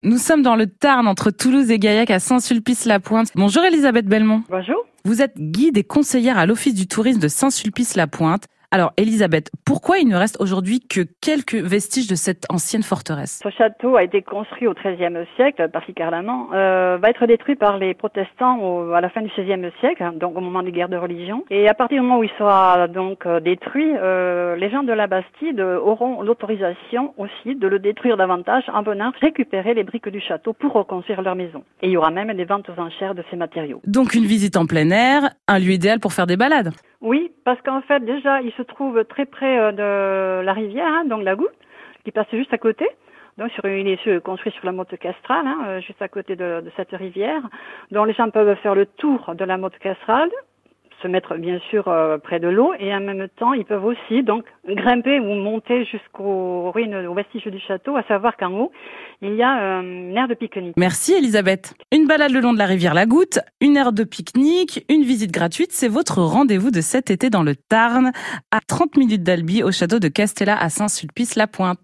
Nous sommes dans le Tarn, entre Toulouse et Gaillac, à Saint-Sulpice-la-Pointe. Bonjour Elisabeth Belmont. Bonjour. Vous êtes guide et conseillère à l'Office du tourisme de Saint-Sulpice-la-Pointe. Alors Elisabeth, pourquoi il ne reste aujourd'hui que quelques vestiges de cette ancienne forteresse? Ce château a été construit au XIIIe siècle, particulièrement, va être détruit par les protestants à la fin du XVIe siècle, donc au moment des guerres de religion. Et à partir du moment où il sera donc détruit, les gens de la Bastide auront l'autorisation aussi de le détruire davantage en venant récupérer les briques du château pour reconstruire leur maison. Et il y aura même des ventes aux enchères de ces matériaux. Donc une visite en plein air, un lieu idéal pour faire des balades. Oui, parce qu'en fait, déjà, il se trouve très près de la rivière, donc la Goutte, qui passe juste à côté. Donc, il est construit sur la motte castrale, juste à côté de cette rivière. Donc, les gens peuvent faire le tour de la motte castrale, se mettre bien sûr près de l'eau, et en même temps, ils peuvent aussi donc grimper ou monter jusqu'aux ruines, aux vestiges du château, à savoir qu'en haut, il y a une aire de pique-nique. Merci Elisabeth. Une balade le long de la rivière La Goutte, une aire de pique-nique, une visite gratuite, c'est votre rendez-vous de cet été dans le Tarn, à 30 minutes d'Albi, au château de Castella à Saint-Sulpice-la-Pointe.